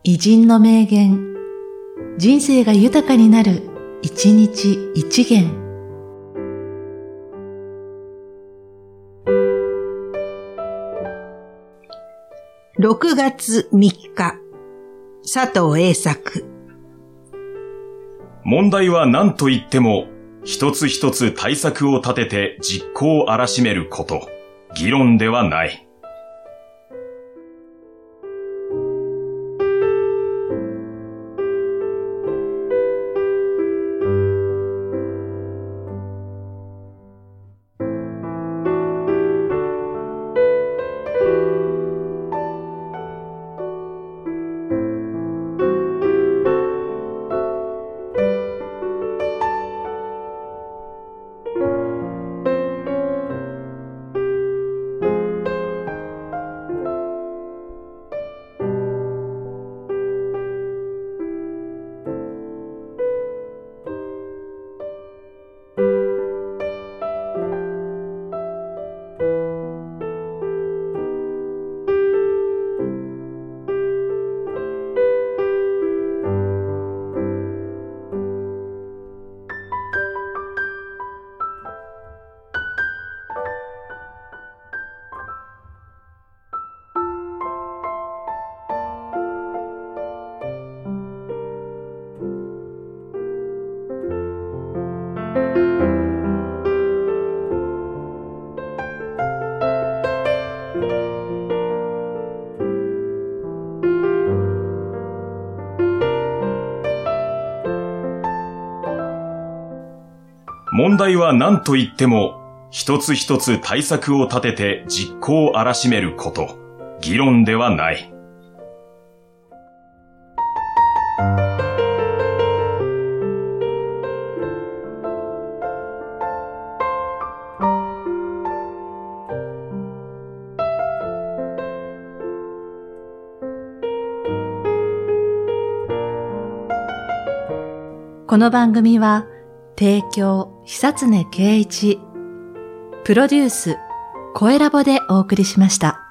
偉人の名言、人生が豊かになる、一日一元。 6月3日、佐藤栄作。 問題は何と言っても、一つ一つ対策を立てて実行を荒しめること、議論ではない。問題は何と言っても、一つ一つ対策を立てて実行を荒しめること、議論ではない。 この番組は、提供、久常圭一、プロデュース、声ラボでお送りしました。